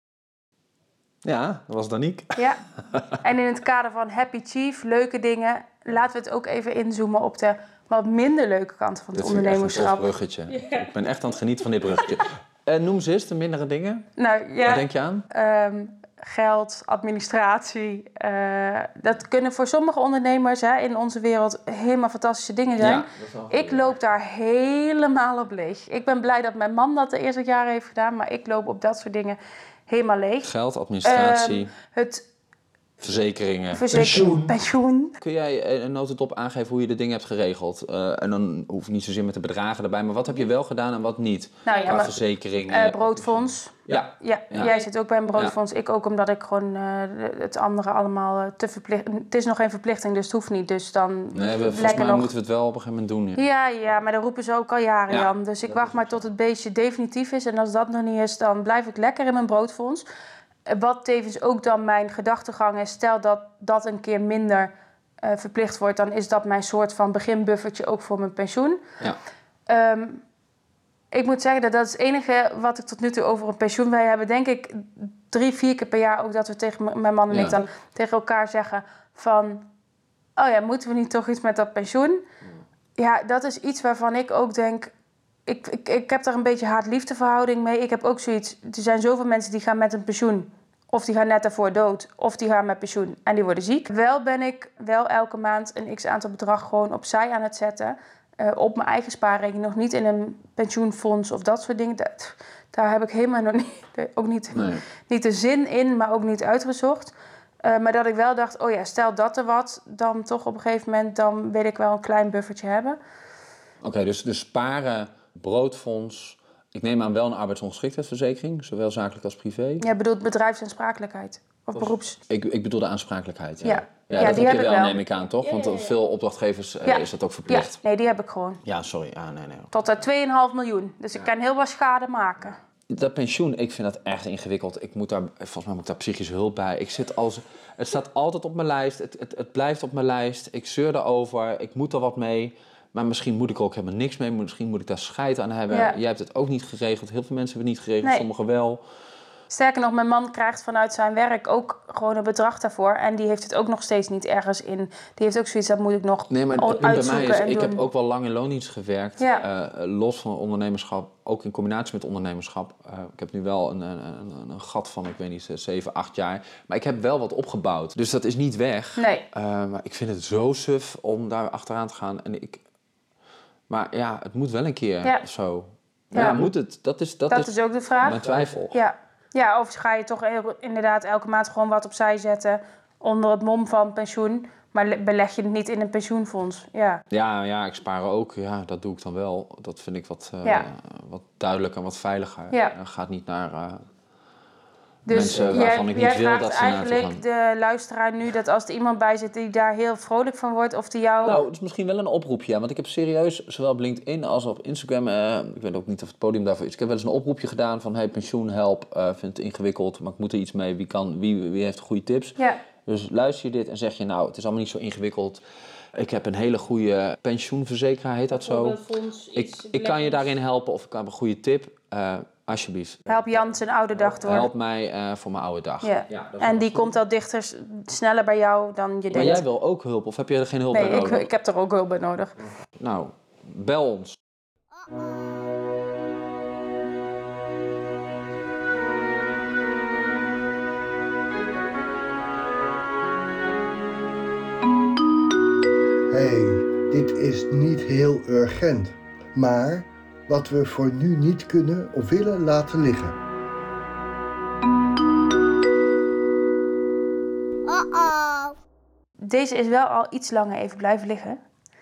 Ja, dat was Danique. Ja, en in het kader van Happy Chief, leuke dingen, laten we het ook even inzoomen op de wat minder leuke kanten van het dit ondernemerschap. Dit is echt een tof bruggetje. Yeah. Ik ben echt aan het genieten van dit bruggetje. uh, noem ze eens de mindere dingen. Nou, ja, Waar denk je aan? Um, geld, administratie. Uh, dat kunnen voor sommige ondernemers hè, in onze wereld helemaal fantastische dingen zijn. Ja, ik loop daar helemaal op leeg. Ik ben blij dat mijn man dat de eerste jaren heeft gedaan, maar ik loop op dat soort dingen helemaal leeg. Geld, administratie. Um, het Verzekeringen. Verzekering, pensioen. pensioen. Kun jij een notendop aangeven hoe je de dingen hebt geregeld? Uh, en dan hoef je niet zozeer met de bedragen erbij, maar wat heb je wel gedaan en wat niet? Nou ja, Qua maar, verzekeringen. Uh, broodfonds. Ja. Ja, ja. Jij zit ook bij een broodfonds. Ja. Ik ook, omdat ik gewoon uh, het andere allemaal te verplicht. Het is nog geen verplichting, dus het hoeft niet. Dus dan nee, we, volgens mij nog... moeten we het wel op een gegeven moment doen. Ja, ja, ja maar dat roepen ze ook al jaren, ja, Jan. Dus ik wacht maar tot het beestje definitief is. En als dat nog niet is, dan blijf ik lekker in mijn broodfonds. Wat tevens ook dan mijn gedachtegang is, stel dat dat een keer minder uh, verplicht wordt, dan is dat mijn soort van beginbuffertje ook voor mijn pensioen. Ja. Um, ik moet zeggen dat dat is het enige wat ik tot nu toe over een pensioen. Wij hebben denk ik drie, vier keer per jaar ook dat we tegen m- mijn man en ja. ik dan tegen elkaar zeggen van, oh ja, moeten we niet toch iets met dat pensioen? Ja, dat is iets waarvan ik ook denk, ik, ik, ik heb daar een beetje haat-liefde verhouding mee. Ik heb ook zoiets, er zijn zoveel mensen die gaan met een pensioen. Of die gaan net daarvoor dood. Of die gaan met pensioen en die worden ziek. Wel ben ik wel elke maand een x-aantal bedrag gewoon opzij aan het zetten. Uh, op mijn eigen spaarrekening. Nog niet in een pensioenfonds of dat soort dingen. Dat, daar heb ik helemaal nog niet, ook niet, nee. niet de zin in, maar ook niet uitgezocht. Uh, maar dat ik wel dacht, oh ja, stel dat er wat, dan toch op een gegeven moment, dan wil ik wel een klein buffertje hebben. Oké, okay, dus, dus sparen, broodfonds. Ik neem aan wel een arbeidsongeschiktheidsverzekering, zowel zakelijk als privé. Ja, bedoelt bedrijfsaansprakelijkheid of, of beroeps. Ik, ik bedoel de aansprakelijkheid, ja. ja. Ja, ja dat die heb heb je ik wel, wel. neem ik aan, toch? Ja, Want ja, ja. veel opdrachtgevers uh, ja. is dat ook verplicht. Ja. Nee, die heb ik gewoon. Ja, sorry. Ah, nee, nee. Tot uh, twee komma vijf miljoen. Dus ik kan heel wat schade maken. Dat pensioen, ik vind dat echt ingewikkeld. Ik moet daar, volgens mij moet ik daar psychische hulp bij. Ik zit als, het staat altijd op mijn lijst. Het, het, het blijft op mijn lijst. Ik zeur erover. Ik moet er wat mee. Maar misschien moet ik er ook helemaal niks mee. Misschien moet ik daar scheid aan hebben. Ja. Jij hebt het ook niet geregeld. Heel veel mensen hebben het niet geregeld. Nee. Sommigen wel. Sterker nog, mijn man krijgt vanuit zijn werk ook gewoon een bedrag daarvoor. En die heeft het ook nog steeds niet ergens in. Die heeft ook zoiets, dat moet ik nog Nee, maar het punt uitzoeken bij mij is, en ik doen. heb ook wel lang in loondienst gewerkt. Ja. Uh, los van ondernemerschap, ook in combinatie met ondernemerschap. Uh, ik heb nu wel een, een, een, een gat van, ik weet niet, zeven, acht jaar. Maar ik heb wel wat opgebouwd. Dus dat is niet weg. Nee. Uh, maar ik vind het zo suf om daar achteraan te gaan. En ik, maar ja, het moet wel een keer Ja. of zo. Ja. Ja, moet het? Dat is, dat Dat is, is ook de vraag. mijn twijfel. Ja. Ja, of ga je toch heel- inderdaad elke maand gewoon wat opzij zetten onder het mom van pensioen, maar le- beleg je het niet in een pensioenfonds. Ja. Ja, ja, ik spaar ook. Ja, dat doe ik dan wel. Dat vind ik wat, uh, Ja. wat duidelijker en wat veiliger. Ja. Uh, gaat niet naar uh, Dus mensen jij, waarvan ik jij niet wil vraagt dat ze naartoe gaan. eigenlijk de luisteraar nu dat als er iemand bij zit die daar heel vrolijk van wordt, of die jou... Nou, het is misschien wel een oproepje. Ja, want ik heb serieus, zowel op LinkedIn als op Instagram... Uh, ik weet ook niet of het podium daarvoor is. Ik heb wel eens een oproepje gedaan van... hey, pensioen, help, uh, vind het ingewikkeld, maar ik moet er iets mee. Wie, kan, wie, wie heeft goede tips? Ja. Dus luister je dit en zeg je... nou, het is allemaal niet zo ingewikkeld. Ik heb een hele goede pensioenverzekeraar, heet dat zo. Ik, ik kan je daarin helpen of ik heb een goede tip. Uh, alsjeblieft. Help Jan zijn oude dag door. Help mij uh, voor mijn oude dag. Ja. Ja, en die komt al dichter, s- sneller bij jou dan je denkt. Maar jij wil ook hulp of heb je er geen hulp nee, bij nodig? ik, ik heb er ook hulp bij nodig. Nou, bel ons. Hey, dit is niet heel urgent, maar wat we voor nu niet kunnen of willen laten liggen. Uh-oh. Deze is wel al iets langer even blijven liggen.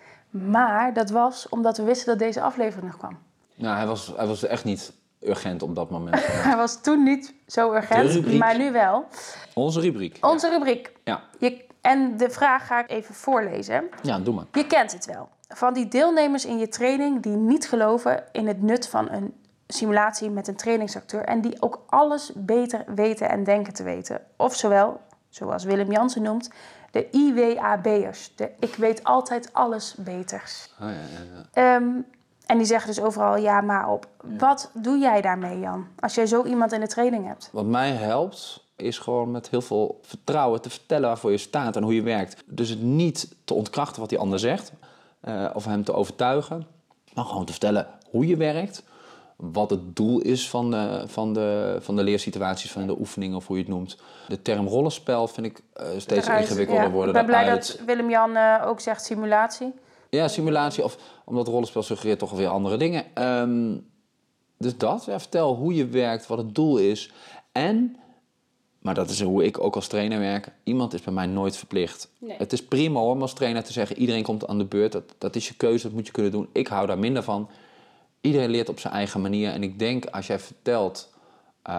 Maar dat was omdat we wisten dat deze aflevering nog kwam. Nou, hij was, hij was echt niet urgent op dat moment. Hij was toen niet zo urgent, maar nu wel. Onze rubriek. Onze rubriek. Ja. Je, en de vraag ga ik even voorlezen. Ja, doe maar. Je kent het wel. Van die deelnemers in je training die niet geloven in het nut van een simulatie met een trainingsacteur. En die ook alles beter weten en denken te weten. Of zowel, zoals Willem Jansen noemt, de I W A B'ers. De ik weet altijd alles beters. Oh, ja, ja, ja. Um, en die zeggen dus overal ja maar op. Wat doe jij daarmee, Jan? Als jij zo iemand in de training hebt. Wat mij helpt, is gewoon met heel veel vertrouwen te vertellen waarvoor je staat en hoe je werkt. Dus het niet te ontkrachten wat die ander zegt. Uh, of hem te overtuigen. Maar gewoon te vertellen hoe je werkt. Wat het doel is van de, van de, van de leersituaties, van de oefeningen of hoe je het noemt. De term rollenspel vind ik uh, steeds Eruit, ingewikkelder ja. worden. Ik ben blij daaruit. dat Willem-Jan uh, ook zegt simulatie. Ja, simulatie. Of omdat rollenspel suggereert toch weer andere dingen. Um, dus dat. Ja, vertel hoe je werkt, wat het doel is. En, maar dat is hoe ik ook als trainer werk. Iemand is bij mij nooit verplicht. Nee. Het is prima om als trainer te zeggen, iedereen komt aan de beurt. Dat, dat is je keuze, dat moet je kunnen doen. Ik hou daar minder van. Iedereen leert op zijn eigen manier. En ik denk, als jij vertelt uh,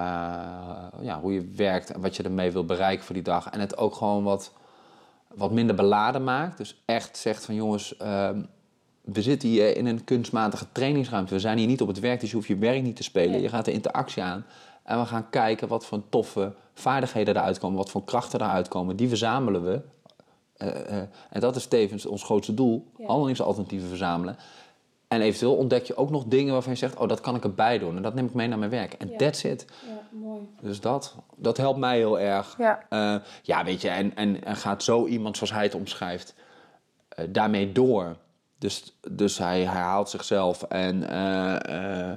ja, hoe je werkt en wat je ermee wil bereiken voor die dag. En het ook gewoon wat, wat minder beladen maakt. Dus echt zegt van jongens, uh, we zitten hier in een kunstmatige trainingsruimte. We zijn hier niet op het werk, dus je hoeft je werk niet te spelen. Nee. Je gaat de interactie aan. En we gaan kijken wat voor toffe vaardigheden eruit komen. Wat voor krachten eruit komen. Die verzamelen we. Uh, uh, en dat is tevens ons grootste doel. Ja. Handelingsalternatieven verzamelen. En eventueel ontdek je ook nog dingen waarvan je zegt, oh, dat kan ik erbij doen. En dat neem ik mee naar mijn werk. En ja. That's it. Ja, mooi. Dus dat, dat helpt mij heel erg. Ja, uh, ja weet je, en, en, en gaat zo iemand zoals hij het omschrijft, uh, daarmee door. Dus, dus hij herhaalt zichzelf en, uh, uh,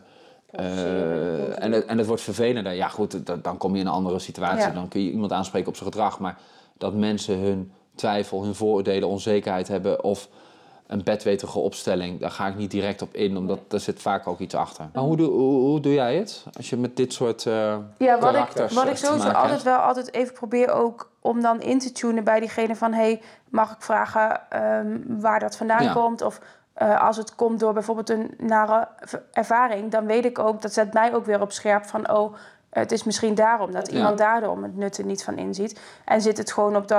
uh, en, het, en het wordt vervelender. Ja goed, dat, dan kom je in een andere situatie. Ja. Dan kun je iemand aanspreken op zijn gedrag. Maar dat mensen hun twijfel, hun vooroordelen, onzekerheid hebben of een bedweterige opstelling, daar ga ik niet direct op in, omdat er zit vaak ook iets achter. Maar hoe doe, hoe, hoe doe jij het? Als je met dit soort uh, ja, wat karakters ik, wat ik sowieso altijd wel altijd even probeer ook om dan in te tunen bij diegene van, hey, mag ik vragen um, waar dat vandaan ja. komt? Of uh, als het komt door bijvoorbeeld een nare ervaring, dan weet ik ook, dat zet mij ook weer op scherp van, oh, het is misschien daarom dat iemand ja. daardoor het nut er niet van inziet. En zit het gewoon op dat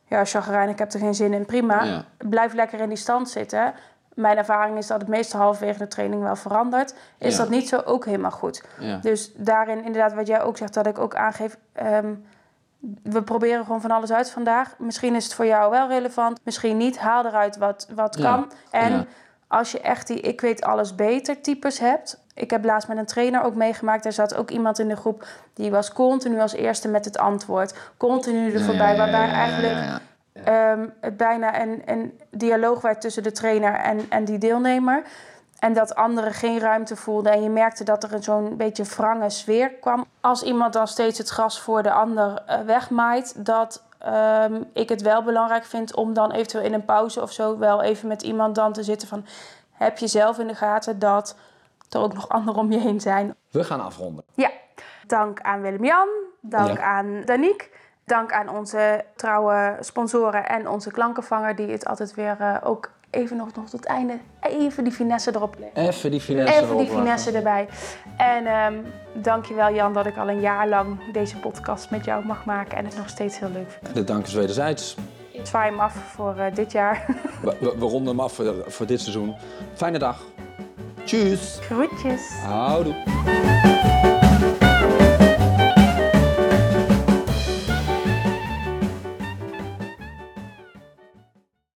ja, chagrijnig, ik heb er geen zin in, prima. Ja. Blijf lekker in die stand zitten. Mijn ervaring is dat het meestal halverwege de training wel verandert. Is ja. dat niet zo, ook helemaal goed. Ja. Dus daarin inderdaad wat jij ook zegt, dat ik ook aangeef... Um, we proberen gewoon van alles uit vandaag. Misschien is het voor jou wel relevant, misschien niet. Haal eruit wat, wat ja. kan. En ja. als je echt die ik weet alles beter types hebt... Ik heb laatst met een trainer ook meegemaakt. Er zat ook iemand in de groep die was continu als eerste met het antwoord. Continu er voorbij, ja, waarbij ja, ja, eigenlijk... Ja, ja. Um, het bijna een, een dialoog werd tussen de trainer en, en die deelnemer. En dat anderen geen ruimte voelden. En je merkte dat er een zo'n beetje wrange sfeer kwam. Als iemand dan steeds het gras voor de ander uh, wegmaait... dat um, ik het wel belangrijk vind om dan eventueel in een pauze of zo... wel even met iemand dan te zitten van... heb je zelf in de gaten dat er ook nog anderen om je heen zijn? We gaan afronden. Ja, dank aan Willem-Jan, dank ja. aan Danique... Dank aan onze trouwe sponsoren en onze klankenvanger... die het altijd weer uh, ook even nog, nog tot het einde... even die finesse erop legt. Even die finesse Even die finesse erbij. En um, dankjewel Jan dat ik al een jaar lang deze podcast met jou mag maken... en het nog steeds heel leuk vind. De dank is wederzijds. Ik zwaai hem af voor uh, dit jaar. We, we, we ronden hem af voor, voor dit seizoen. Fijne dag. Tjus. Groetjes. Houdoe.